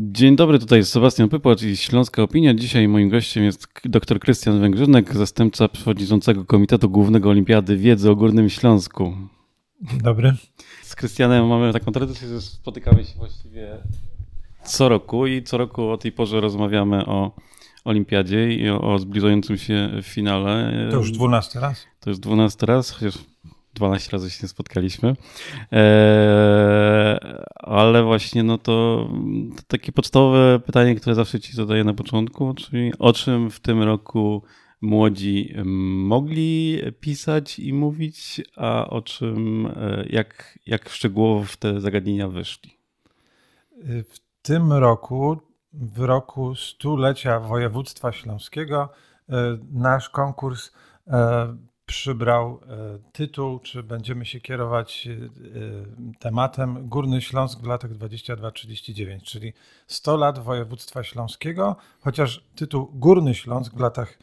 Dzień dobry, tutaj jest Sebastian Pypłacz i Śląska Opinia. Dzisiaj moim gościem jest dr Krystian Węgrzynek, zastępca przewodniczącego Komitetu Głównego Olimpiady Wiedzy o Górnym Śląsku. Dzień dobry. Z Krystianem mamy taką tradycję, że spotykamy się właściwie co roku i co roku o tej porze rozmawiamy o Olimpiadzie i o zbliżającym się finale. To już 12 raz. To już 12 raz, chociaż 12 razy się nie spotkaliśmy. Ale właśnie to takie podstawowe pytanie, które zawsze ci zadaję na początku, czyli o czym w tym roku młodzi mogli pisać i mówić, a o czym, jak szczegółowo w te zagadnienia wyszli? W tym roku, w roku stulecia województwa śląskiego, nasz konkurs przybrał tytuł, czy będziemy się kierować tematem Górny Śląsk w latach 22-39, czyli 100 lat województwa śląskiego, chociaż tytuł Górny Śląsk w latach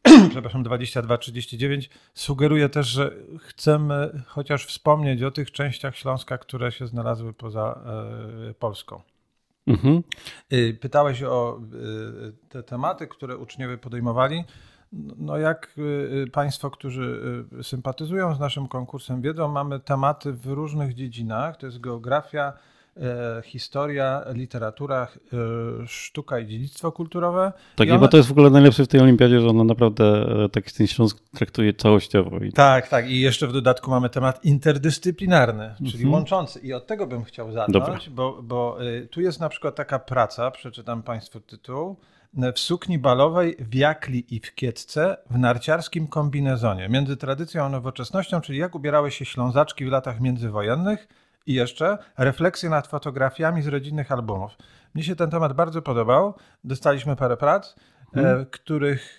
22-39 sugeruje też, że chcemy chociaż wspomnieć o tych częściach Śląska, które się znalazły poza Polską. Mhm. Pytałeś o te tematy, które uczniowie podejmowali. No jak Państwo, którzy sympatyzują z naszym konkursem wiedzą, mamy tematy w różnych dziedzinach. To jest geografia, historia, literatura, sztuka i dziedzictwo kulturowe. Tak, bo to jest w ogóle najlepsze w tej olimpiadzie, że ona naprawdę tak ten Śląsk traktuje całościowo. Tak. I jeszcze w dodatku mamy temat interdyscyplinarny, czyli łączący. I od tego bym chciał zacząć, bo tu jest na przykład taka praca, przeczytam Państwu tytuł, w sukni balowej, w jakli i w kiecce, w narciarskim kombinezonie. Między tradycją a nowoczesnością, czyli jak ubierały się Ślązaczki w latach międzywojennych i jeszcze refleksje nad fotografiami z rodzinnych albumów. Mnie się ten temat bardzo podobał. Dostaliśmy parę prac, których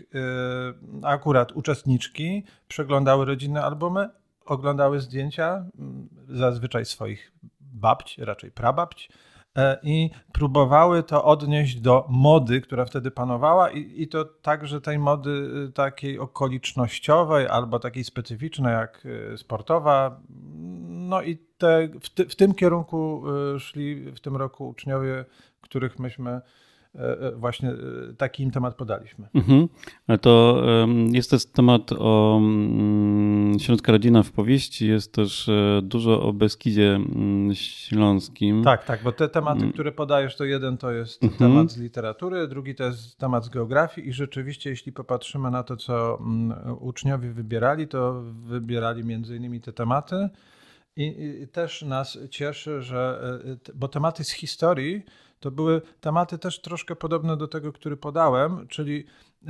akurat uczestniczki przeglądały rodzinne albumy, oglądały zdjęcia, zazwyczaj swoich babć, raczej prababć, i próbowały to odnieść do mody, która wtedy panowała i to także tej mody takiej okolicznościowej albo takiej specyficznej jak sportowa. No i w tym kierunku szli w tym roku uczniowie, których myśmy właśnie taki im temat podaliśmy. Ale to jest też temat o Śląska rodzina w powieści, jest też dużo o Beskidzie Śląskim. Tak, bo te tematy, które podajesz, to jeden to jest temat z literatury, drugi to jest temat z geografii i rzeczywiście jeśli popatrzymy na to, co uczniowie wybierali, to wybierali między innymi te tematy i też nas cieszy, bo tematy z historii to były tematy też troszkę podobne do tego, który podałem, czyli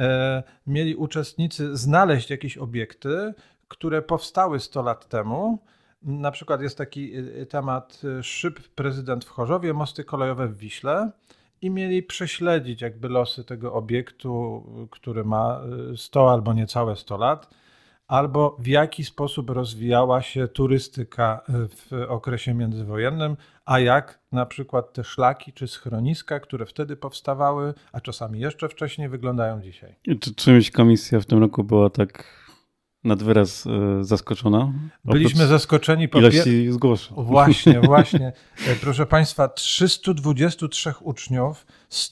mieli uczestnicy znaleźć jakieś obiekty, które powstały 100 lat temu. Na przykład jest taki temat szyb prezydent w Chorzowie, mosty kolejowe w Wiśle i mieli prześledzić jakby losy tego obiektu, który ma 100 albo niecałe 100 lat, albo w jaki sposób rozwijała się turystyka w okresie międzywojennym, a jak na przykład te szlaki czy schroniska, które wtedy powstawały, a czasami jeszcze wcześniej, wyglądają dzisiaj. Czy czymś komisja w tym roku była tak nad wyraz zaskoczona? Byliśmy zaskoczeni po ilości zgłoszeń. Właśnie. Proszę Państwa, 323 uczniów,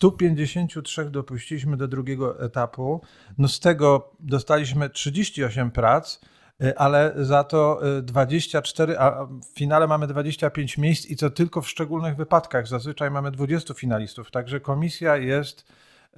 153 dopuściliśmy do drugiego etapu. No z tego dostaliśmy 38 prac, ale za to 24, a w finale mamy 25 miejsc i to tylko w szczególnych wypadkach. Zazwyczaj mamy 20 finalistów, także komisja jest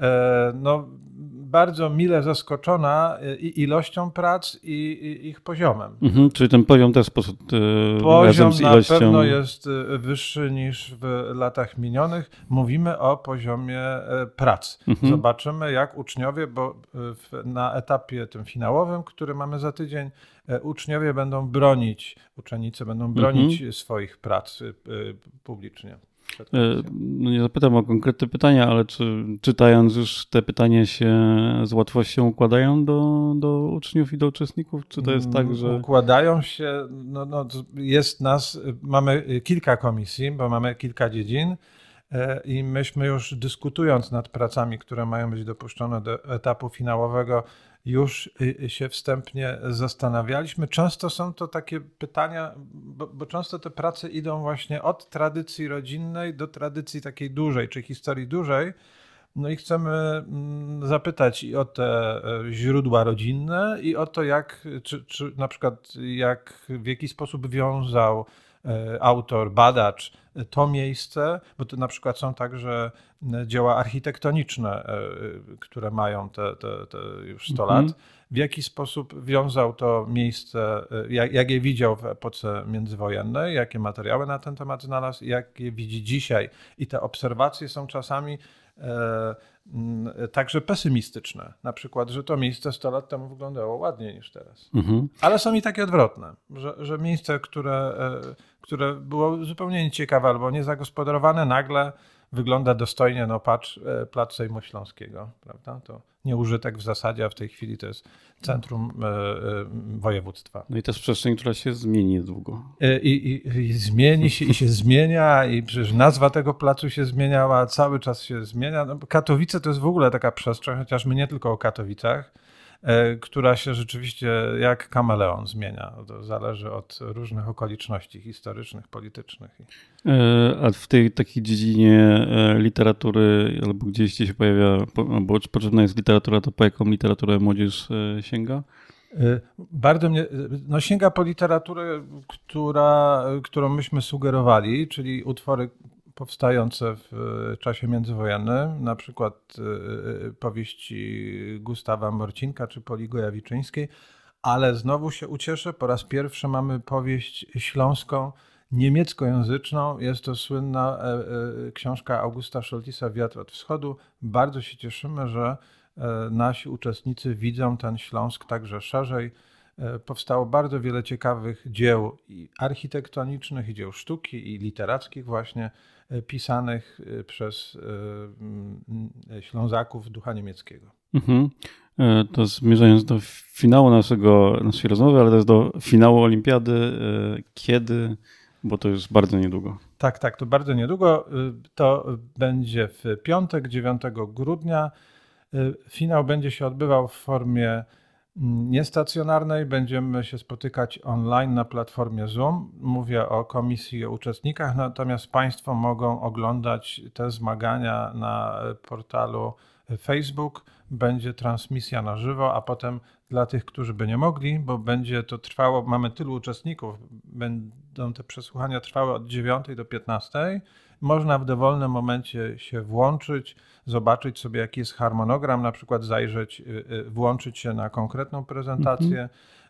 bardzo mile zaskoczona i ilością prac i ich poziomem. Czyli ten poziom też poziom z ilością... na pewno jest wyższy niż w latach minionych. Mówimy o poziomie prac. Zobaczymy jak uczniowie, bo na etapie tym finałowym, który mamy za tydzień, uczennice będą bronić swoich prac publicznie. Nie zapytam o konkretne pytania, ale czy czytając już te pytania się z łatwością układają do uczniów i do uczestników? Czy to jest tak, że... Układają się, jest mamy kilka komisji, bo mamy kilka dziedzin. i myśmy już dyskutując nad pracami, które mają być dopuszczone do etapu finałowego, już się wstępnie zastanawialiśmy. Często są to takie pytania, bo często te prace idą właśnie od tradycji rodzinnej do tradycji takiej dużej, czy historii dużej. No i chcemy zapytać i o te źródła rodzinne, i o to, czy na przykład w jaki sposób wiązał autor, badacz to miejsce, bo to na przykład są także dzieła architektoniczne, które mają te już 100 lat. W jaki sposób wiązał to miejsce, jak je widział w epoce międzywojennej, jakie materiały na ten temat znalazł, jak je widzi dzisiaj. I te obserwacje są czasami także pesymistyczne. Na przykład, że to miejsce 100 lat temu wyglądało ładniej niż teraz. Ale są i takie odwrotne, że miejsce, które było zupełnie nieciekawe albo niezagospodarowane, nagle wygląda dostojnie, no patrz, Plac Sejmu Śląskiego, prawda? To nieużytek w zasadzie, a w tej chwili to jest centrum województwa. No i to jest przestrzeń, która się zmieni niedługo. I zmieni się, i się zmienia, i przecież nazwa tego placu się zmieniała, cały czas się zmienia. No, Katowice to jest w ogóle taka przestrzeń, chociaż my nie tylko o Katowicach, która się rzeczywiście jak kameleon zmienia. To zależy od różnych okoliczności historycznych, politycznych. A w tej takiej dziedzinie literatury, albo gdzieś się pojawia, albo potrzebna jest literatura, to po jaką literaturę młodzież sięga? Bardzo sięga po literaturę, którą myśmy sugerowali, czyli utwory powstające w czasie międzywojennym, na przykład powieści Gustawa Morcinka czy Poli Gojawiczyńskiej, ale znowu się ucieszę, po raz pierwszy mamy powieść śląską, niemieckojęzyczną. Jest to słynna książka Augusta Scholtisa Wiatr od wschodu. Bardzo się cieszymy, że nasi uczestnicy widzą ten Śląsk także szerzej. Powstało bardzo wiele ciekawych dzieł i architektonicznych, i dzieł sztuki, i literackich właśnie, pisanych przez Ślązaków ducha niemieckiego. To zmierzając do finału naszej rozmowy, ale też do finału olimpiady, kiedy, bo to już bardzo niedługo. Tak, to bardzo niedługo. To będzie w piątek, 9 grudnia. Finał będzie się odbywał w formie niestacjonarnej. Będziemy się spotykać online na platformie Zoom. Mówię o komisji i o uczestnikach, natomiast Państwo mogą oglądać te zmagania na portalu Facebook. Będzie transmisja na żywo, a potem dla tych, którzy by nie mogli, bo będzie to trwało, mamy tylu uczestników, będą te przesłuchania trwały od 9 do 15. Można w dowolnym momencie się włączyć, zobaczyć sobie, jaki jest harmonogram, na przykład zajrzeć, włączyć się na konkretną prezentację.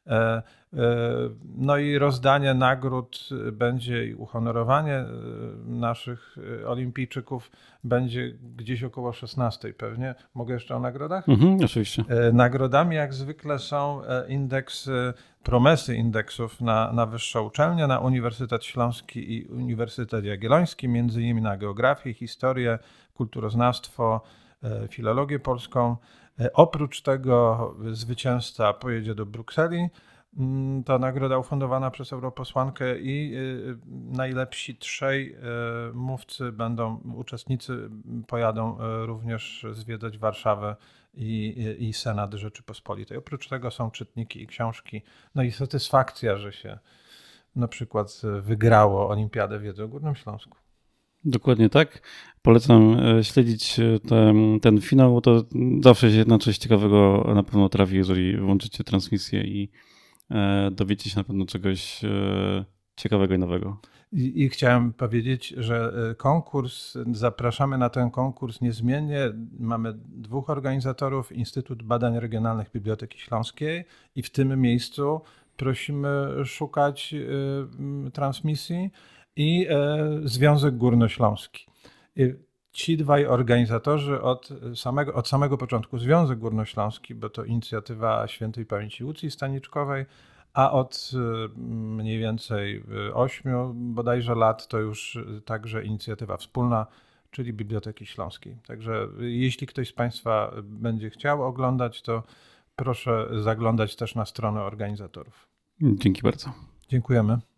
No i rozdanie nagród będzie i uhonorowanie naszych olimpijczyków będzie gdzieś około 16 pewnie. Mogę jeszcze o nagrodach? Oczywiście. Nagrodami jak zwykle są indeksy, promesy indeksów na wyższe uczelnie, na Uniwersytet Śląski i Uniwersytet Jagielloński, między innymi na geografię, historię, kulturoznawstwo, filologię polską. Oprócz tego zwycięzca pojedzie do Brukseli. Ta nagroda ufundowana przez europosłankę i najlepsi 3 mówcy uczestnicy pojadą również zwiedzać Warszawę i Senat Rzeczypospolitej. Oprócz tego są czytniki i książki. No i satysfakcja, że się na przykład wygrało Olimpiadę Wiedzy o Górnym Śląsku. Dokładnie tak. Polecam śledzić ten finał, bo to zawsze się na coś ciekawego na pewno trafi, jeżeli włączycie transmisję i dowiecie się na pewno czegoś ciekawego i nowego. I chciałem powiedzieć, że zapraszamy na ten konkurs niezmiennie. Mamy 2 organizatorów, Instytut Badań Regionalnych Biblioteki Śląskiej i w tym miejscu prosimy szukać transmisji i Związek Górnośląski. Ci 2 organizatorzy od samego początku, Związek Górnośląski, bo to inicjatywa świętej pamięci Łucji Staniczkowej, a od mniej więcej 8 bodajże lat to już także inicjatywa wspólna, czyli Biblioteki Śląskiej. Także jeśli ktoś z Państwa będzie chciał oglądać, to proszę zaglądać też na stronę organizatorów. Dzięki bardzo. Dziękujemy.